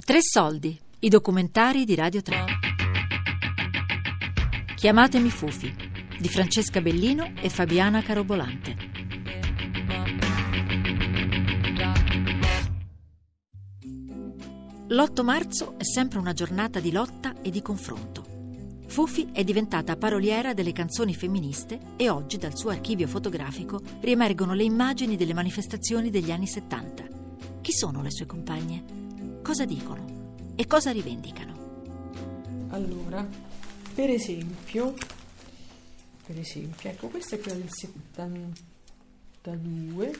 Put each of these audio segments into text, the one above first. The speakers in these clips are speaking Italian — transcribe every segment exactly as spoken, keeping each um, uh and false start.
Tre soldi, i documentari di Radio tre. Chiamatemi Fufi, di Francesca Bellino e Fabiana Carobolante. L'otto marzo è sempre una giornata di lotta e di confronto. Fufi è diventata paroliera delle canzoni femministe e oggi dal suo archivio fotografico riemergono le immagini delle manifestazioni degli anni settanta. Chi sono le sue compagne? Cosa dicono e cosa rivendicano? Allora, per esempio, per esempio, ecco, questa è quella del settantadue,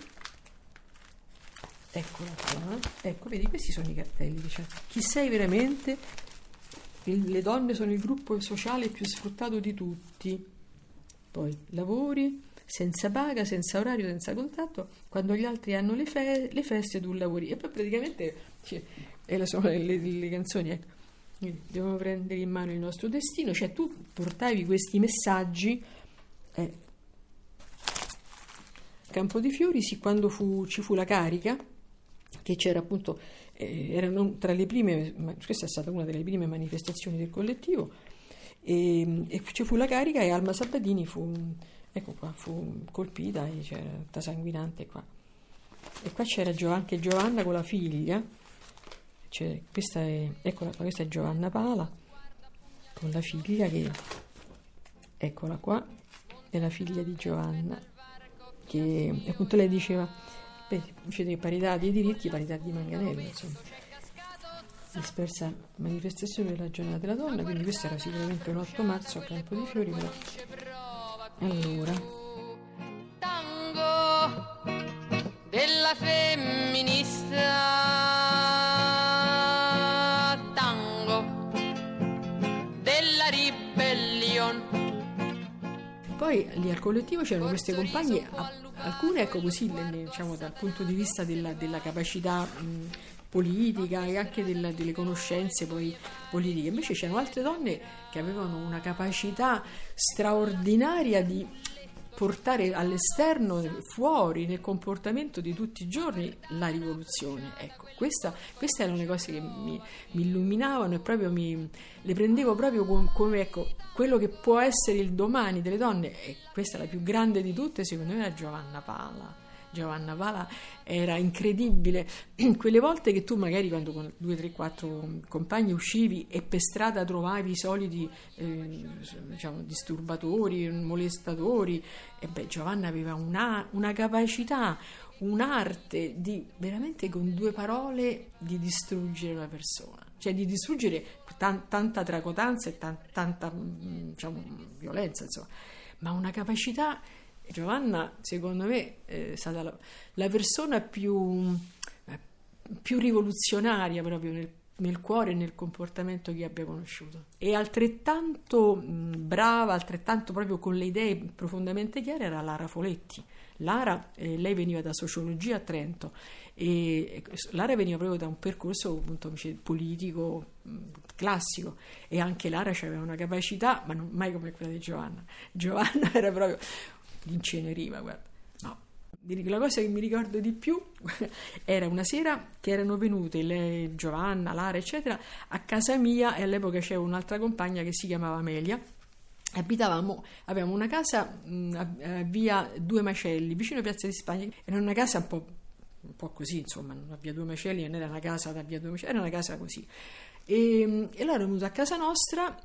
eccola qua, ecco, vedi, questi sono i cartelli, diciamo. Chi sei veramente? Le donne sono il gruppo sociale più sfruttato di tutti. Poi, lavori senza paga, senza orario, senza contatto, quando gli altri hanno le, fe- le feste tu lavori. E poi praticamente, cioè, e sono le, le, le canzoni, ecco. Dobbiamo prendere in mano il nostro destino, cioè tu portavi questi messaggi. eh. Campo dei Fiori, sì, quando fu, ci fu la carica, che c'era appunto, eh, erano tra le prime, ma questa è stata una delle prime manifestazioni del collettivo, e, e ci fu la carica e Alma Sabatini fu, ecco qua, fu colpita e c'era tutta sanguinante qua. E qua c'era anche Giovanna con la figlia. Cioè, questa è, eccola qua, questa è Giovanna Pala con la figlia che, eccola qua, è la figlia di Giovanna, che appunto lei diceva, beh, dice parità di diritti, parità di manganello, insomma. Dispersa manifestazione della giornata della donna, quindi questo era sicuramente un otto marzo a Campo dei Fiori, però. Allora, tango della femminista, poi lì al collettivo c'erano queste compagne, alcune ecco così, diciamo dal punto di vista della, della capacità mh, politica e anche della, delle conoscenze poi politiche, invece c'erano altre donne che avevano una capacità straordinaria di portare all'esterno, fuori, nel comportamento di tutti i giorni, la rivoluzione. Ecco, questa, queste erano le cose che mi, mi illuminavano e proprio mi, le prendevo proprio come, come ecco, quello che può essere il domani delle donne. E questa è la più grande di tutte, secondo me, era Giovanna Pala. Giovanna Pala era incredibile. Quelle volte che tu magari quando con due, tre, quattro compagni uscivi e per strada trovavi i soliti eh, diciamo, disturbatori, molestatori, e beh, Giovanna aveva una, una capacità, un'arte di veramente con due parole di distruggere una persona, cioè di distruggere tan, tanta tracotanza e tan, tanta diciamo, violenza, insomma, ma una capacità. Giovanna, secondo me, è stata la, la persona più, più rivoluzionaria proprio nel, nel cuore e nel comportamento che abbia conosciuto. E altrettanto mh, brava, altrettanto proprio con le idee profondamente chiare era Lara Foletti. Lara, eh, lei veniva da sociologia a Trento e Lara veniva proprio da un percorso appunto politico mh, classico, e anche Lara aveva una capacità, ma non mai come quella di Giovanna. Giovanna era proprio... inceneriva, guarda. No, la cosa che mi ricordo di più era una sera che erano venute lei, Giovanna, Lara, eccetera, a casa mia, e all'epoca c'era un'altra compagna che si chiamava Amelia. Abitavamo, avevamo una casa mh, a, a via Due Macelli, vicino a Piazza di Spagna. Era una casa un po', un po' così, insomma, a via Due Macelli non era una casa da via Due Macelli, era una casa così. E, e allora è venuta a casa nostra.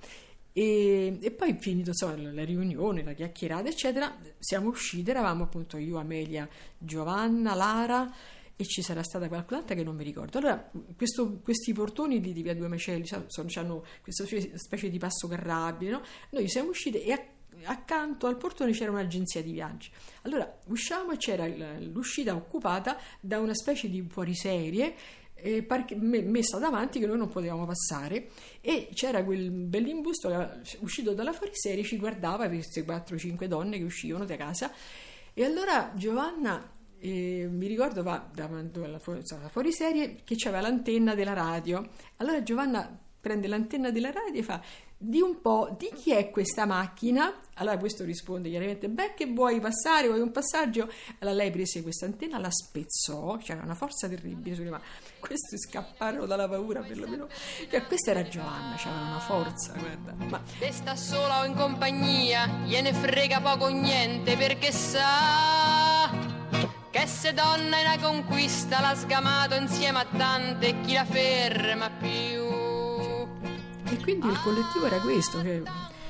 E, e poi finito insomma, la riunione, la chiacchierata eccetera, siamo uscite, eravamo appunto io, Amelia, Giovanna, Lara e ci sarà stata qualcun'altra che non mi ricordo. Allora questo, questi portoni di, di via Due Macelli sono, hanno questa specie di passo carrabile, no? Noi siamo uscite e a, accanto al portone c'era un'agenzia di viaggi. Allora usciamo e c'era l'uscita occupata da una specie di fuoriserie Eh, parche- messa davanti che noi non potevamo passare, e c'era quel bell'imbusto che uscito dalla fuoriserie ci guardava, queste quattro cinque donne che uscivano da casa, e allora Giovanna eh, mi ricordo va davanti alla, fu- alla fuoriserie che c'aveva l'antenna della radio. Allora Giovanna prende l'antenna della radio e fa di un po' di chi è questa macchina. Allora questo risponde chiaramente: beh, che vuoi passare, vuoi un passaggio? Allora lei prese questa antenna, la spezzò, c'era una forza terribile sulle mani, questi scapparono dalla paura perlomeno, cioè, questa era Giovanna, c'aveva una forza, guarda. Ma se sta sola o in compagnia gliene frega poco o niente, perché sa che se donna è una conquista l'ha sgamato insieme a tante, chi la ferma più. E quindi il collettivo era questo, cioè,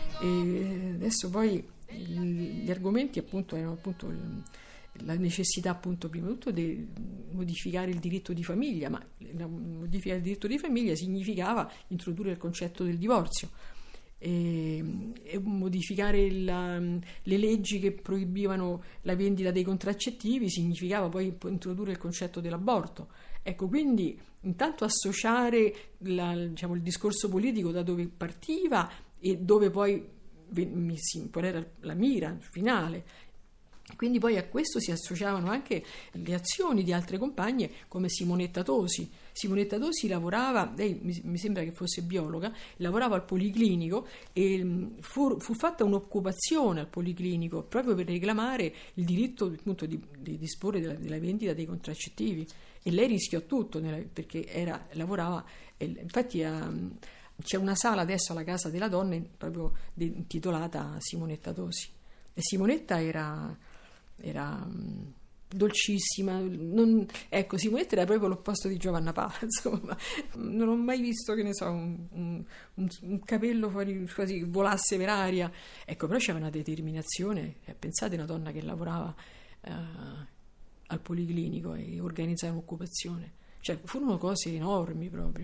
e adesso poi gli argomenti appunto erano appunto il, la necessità appunto prima di tutto di modificare il diritto di famiglia, ma modificare il diritto di famiglia significava introdurre il concetto del divorzio e, e modificare la, le leggi che proibivano la vendita dei contraccettivi significava poi introdurre il concetto dell'aborto. Ecco, quindi intanto associare la, diciamo, il discorso politico da dove partiva e dove poi qual era la mira finale. Quindi poi a questo si associavano anche le azioni di altre compagne come Simonetta Tosi. Simonetta Tosi lavorava, lei mi sembra che fosse biologa, lavorava al Policlinico e fu, fu fatta un'occupazione al Policlinico proprio per reclamare il diritto appunto di, di disporre della, della vendita dei contraccettivi, e lei rischiò tutto nella, perché era, lavorava, infatti a, c'è una sala adesso alla Casa della Donna proprio intitolata Simonetta Tosi, e Simonetta era, era dolcissima, non, ecco, Simonetta era proprio l'opposto di Giovanna Pala, insomma, non ho mai visto, che ne so, un, un, un capello fuori, quasi volasse per aria, ecco, però c'era una determinazione, eh, pensate, una donna che lavorava eh, al Policlinico e organizzava un'occupazione, cioè furono cose enormi proprio.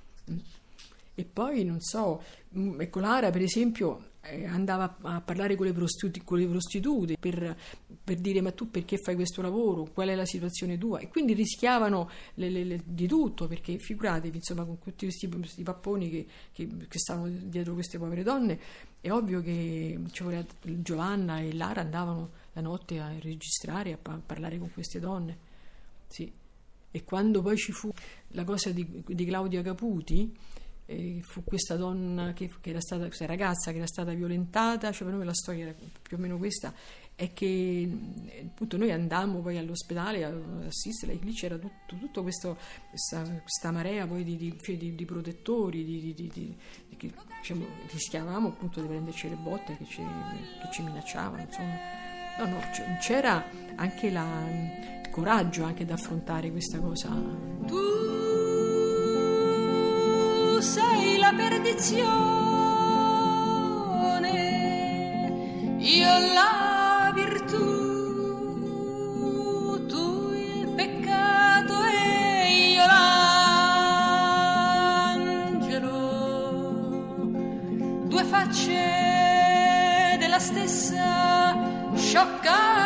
E poi non so, ecco, Lara per esempio eh, andava a parlare con le, prostitu- con le prostitute per, per dire: ma tu perché fai questo lavoro, qual è la situazione tua? E quindi rischiavano le, le, le, di tutto, perché figuratevi, insomma, con tutti questi, questi papponi che, che, che stavano dietro queste povere donne, è ovvio che cioè, Giovanna e Lara andavano la notte a registrare, a, a parlare con queste donne, sì. E quando poi ci fu la cosa di, di Claudia Caputi, e fu questa donna che, che era stata, questa ragazza che era stata violentata, cioè per noi la storia era più o meno questa, è che appunto noi andammo poi all'ospedale a assistere, lì c'era tutto, tutto questo, questa, questa marea poi di, di, di, di protettori, di, di, di, di, di, che diciamo, rischiavamo appunto di prenderci le botte che ci, che ci minacciavano, insomma. No, no, c'era anche la, il coraggio anche da affrontare questa cosa. Tu sei la perdizione, io la virtù, tu il peccato e io l'angelo, due facce della stessa sciocca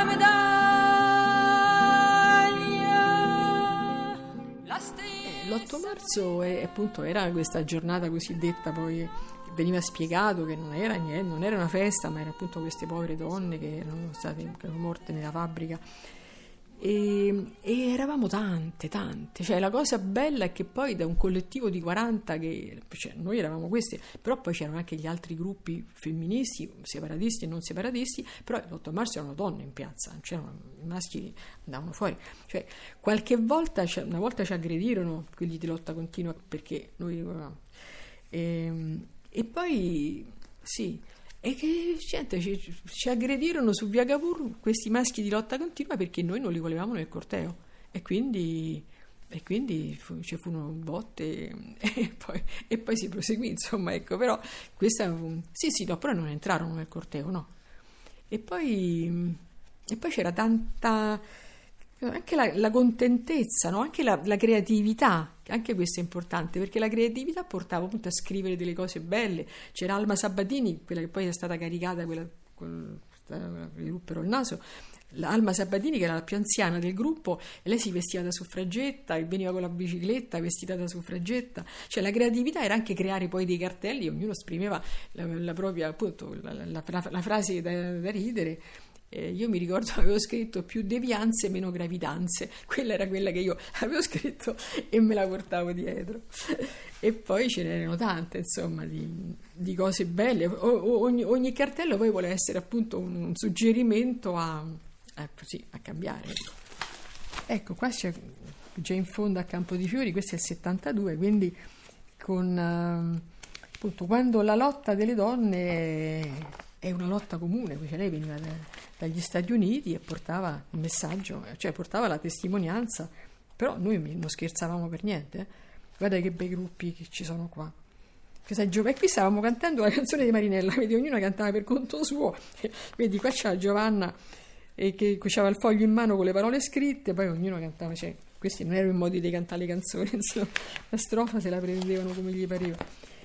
medaglia. La stessa... L'otto marzo è, appunto era questa giornata cosiddetta, poi veniva spiegato che non era niente, non era una festa, ma era appunto queste povere donne che erano state che erano morte nella fabbrica, e, e eravamo tante tante, cioè la cosa bella è che poi da un collettivo di quaranta, che cioè, noi eravamo questi, però poi c'erano anche gli altri gruppi femministi, separatisti e non separatisti, però l'otto marzo erano donne in piazza, non c'erano i maschi, andavano fuori, cioè qualche volta, cioè, una volta ci aggredirono quelli di Lotta Continua perché noi e, e poi sì, e che gente, ci, ci aggredirono su via Cavour questi maschi di Lotta Continua perché noi non li volevamo nel corteo, e quindi e quindi fu, ci furono botte e poi, e poi si proseguì, insomma, ecco. Però questa sì sì no, però non entrarono nel corteo, no. E poi e poi c'era tanta anche la, la contentezza, no? Anche la, la creatività, anche questo è importante, perché la creatività portava appunto a scrivere delle cose belle. C'era Alma Sabatini, quella che poi è stata caricata, quella con gli ruppero il naso, Alma Sabatini, che era la più anziana del gruppo, e lei si vestiva da suffragetta e veniva con la bicicletta vestita da suffragetta, cioè la creatività era anche creare poi dei cartelli, ognuno esprimeva la, la propria appunto la, la, la, la frase da, da ridere. Eh, io mi ricordo avevo scritto più devianze meno gravidanze, quella era quella che io avevo scritto e me la portavo dietro. E poi ce n'erano tante, insomma, di, di cose belle. O, ogni, ogni cartello poi vuole essere appunto un, un suggerimento a, a, sì, a cambiare. Ecco, qua c'è già in fondo a Campo di Fiori, questo è il settantadue, quindi con appunto quando la lotta delle donne è una lotta comune, cioè lei veniva da, dagli Stati Uniti e portava il messaggio, cioè portava la testimonianza, però noi non scherzavamo per niente, eh. Guarda che bei gruppi che ci sono qua. E qui stavamo cantando la canzone di Marinella, vedi, ognuno cantava per conto suo, vedi qua c'era Giovanna e che aveva il foglio in mano con le parole scritte, poi ognuno cantava, cioè questi non erano i modi di cantare le canzoni, insomma, la strofa se la prendevano come gli pareva.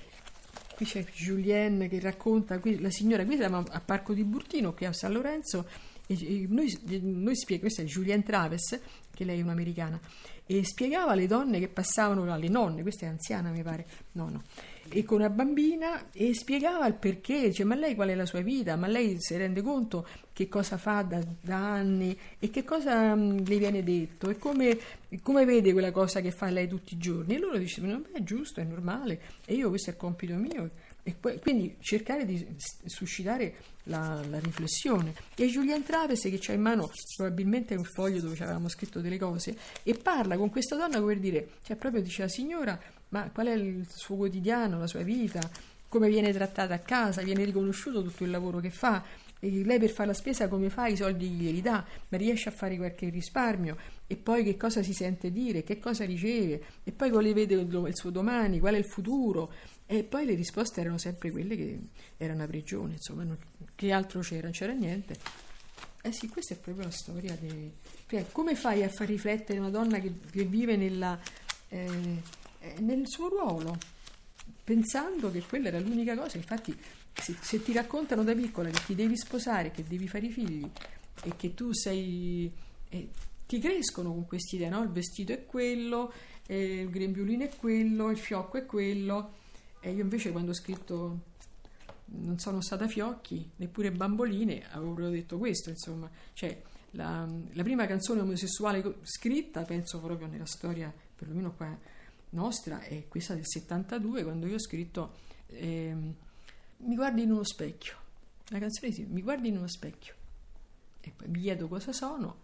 Qui c'è Julienne che racconta, qui la signora, qui siamo a Parco di Burtino, qui a San Lorenzo, e, e noi, noi spiega, questa è Julienne Traves, che lei è un'americana, e spiegava alle donne che passavano, alle nonne, questa è anziana mi pare, no no, e con una bambina, e spiegava il perché, dice, ma lei qual è la sua vita, ma lei si rende conto che cosa fa da, da anni e che cosa mh, le viene detto e come, come vede quella cosa che fa lei tutti i giorni, e loro dicevano beh, è giusto, è normale, e io questo è il compito mio, e poi, quindi cercare di suscitare la, la riflessione. E Julienne Traves che c'ha in mano probabilmente un foglio dove avevamo scritto delle cose e parla con questa donna per dire, cioè proprio dice la signora, ma qual è il suo quotidiano, la sua vita, come viene trattata a casa, viene riconosciuto tutto il lavoro che fa, e lei per fare la spesa come fa, i soldi glieli dà, ma riesce a fare qualche risparmio, e poi che cosa si sente dire, che cosa riceve, e poi quale vede il suo domani, qual è il futuro, e poi le risposte erano sempre quelle che era una prigione, insomma, non, che altro c'era? Non c'era niente. Eh sì, questa è proprio la storia di, cioè, come fai a far riflettere una donna che, che vive nella, eh, nel suo ruolo, pensando che quella era l'unica cosa. Infatti se, se ti raccontano da piccola che ti devi sposare, che devi fare i figli e che tu sei, eh, ti crescono con quest'idea, no? Il vestito è quello, eh, il grembiulino è quello, il fiocco è quello. E io invece quando ho scritto non sono stata fiocchi, neppure bamboline, avevo detto questo, insomma, cioè la, la prima canzone omosessuale scritta, penso proprio nella storia, perlomeno qua nostra, è questa del settantadue, quando io ho scritto eh, mi guardi in uno specchio, la canzone sì, mi guardi in uno specchio, e poi mi chiedo cosa sono,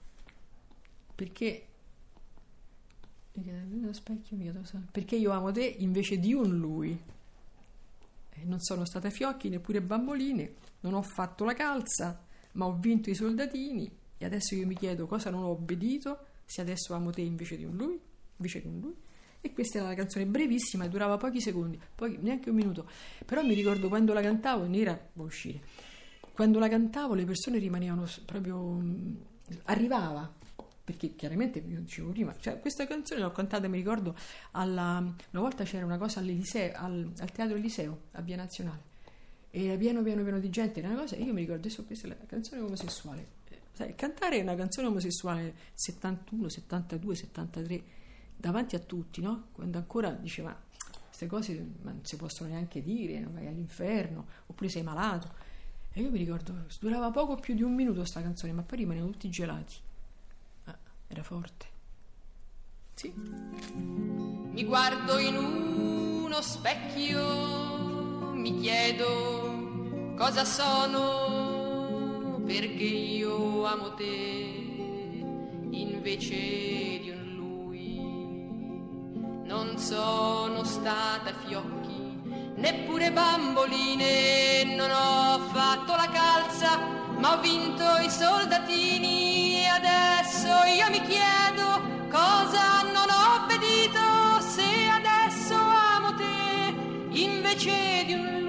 perché mi chiedo in uno specchio, mi chiedo cosa sono, perché io amo te invece di un lui. Non sono stata fiocchi, neppure bamboline, non ho fatto la calza, ma ho vinto i soldatini, e adesso io mi chiedo cosa non ho obbedito, se adesso amo te invece di un lui, invece di un lui. E questa era la canzone brevissima, durava pochi secondi, poi neanche un minuto, però mi ricordo quando la cantavo, Nera può uscire, quando la cantavo le persone rimanevano proprio, arrivava, perché chiaramente io dicevo prima, cioè questa canzone l'ho cantata, mi ricordo, alla, una volta c'era una cosa all'Eliseo, al, al Teatro Eliseo a Via Nazionale, e era pieno pieno pieno di gente, era una cosa, e io mi ricordo adesso questa è la canzone omosessuale, sai, cantare una canzone omosessuale settantuno, settantadue, settantatré davanti a tutti, no? Quando ancora diceva queste cose ma non si possono neanche dire, no? Vai all'inferno, oppure sei malato, e io mi ricordo durava poco più di un minuto sta canzone, ma poi rimanevano tutti gelati. Era forte. Sì. Mi guardo in uno specchio, mi chiedo cosa sono, perché io amo te invece di un lui. Non sono stata fiocchi, neppure bamboline, non ho fatto la calza, ma ho vinto i soldatini, e adesso io mi chiedo cosa non ho obbedito, se adesso amo te invece di un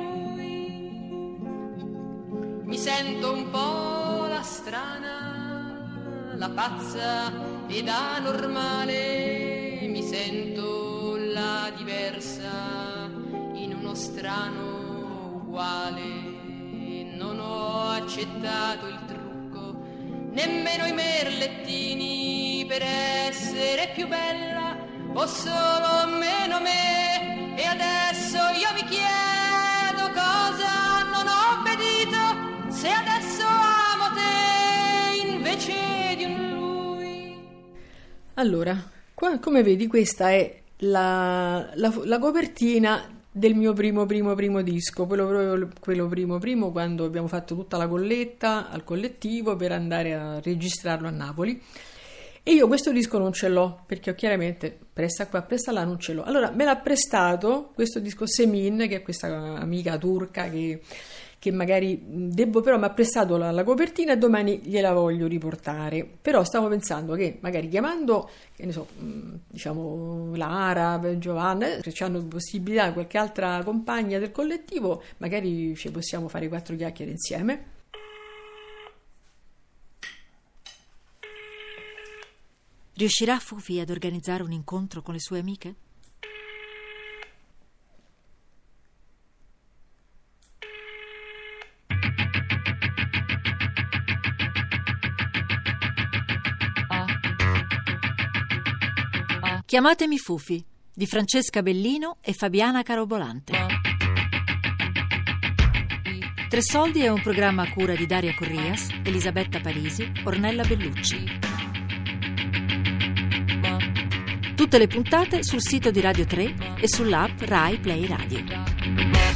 lui. Mi sento un po' la strana, la pazza ed anormale, mi sento la diversa in uno strano uguale. Non ho accettato il trucco, nemmeno i merlettini, per essere più bella o solo meno me. E adesso io mi chiedo cosa non ho obbedito, se adesso amo te Allora, qua, come vedi, questa è la, la, la copertina del mio primo primo primo disco, quello, quello primo primo quando abbiamo fatto tutta la colletta al collettivo per andare a registrarlo a Napoli. E io questo disco non ce l'ho, perché chiaramente presta qua, presta là, non ce l'ho. Allora me l'ha prestato questo disco Semin, che è questa amica turca che, che magari devo, però mi ha prestato la, la copertina e domani gliela voglio riportare. Però stavo pensando che magari chiamando, che ne so, diciamo Lara, Giovanna, se hanno possibilità, qualche altra compagna del collettivo, magari ci possiamo fare quattro chiacchiere insieme. Riuscirà Fufi ad organizzare un incontro con le sue amiche? Chiamatemi Fufi di Francesca Bellino e Fabiana Carobolante. Tre Soldi è un programma a cura di Daria Corrias, Elisabetta Parisi, Ornella Bellucci. Tutte le puntate sul sito di Radio tre e sull'app Rai Play Radio.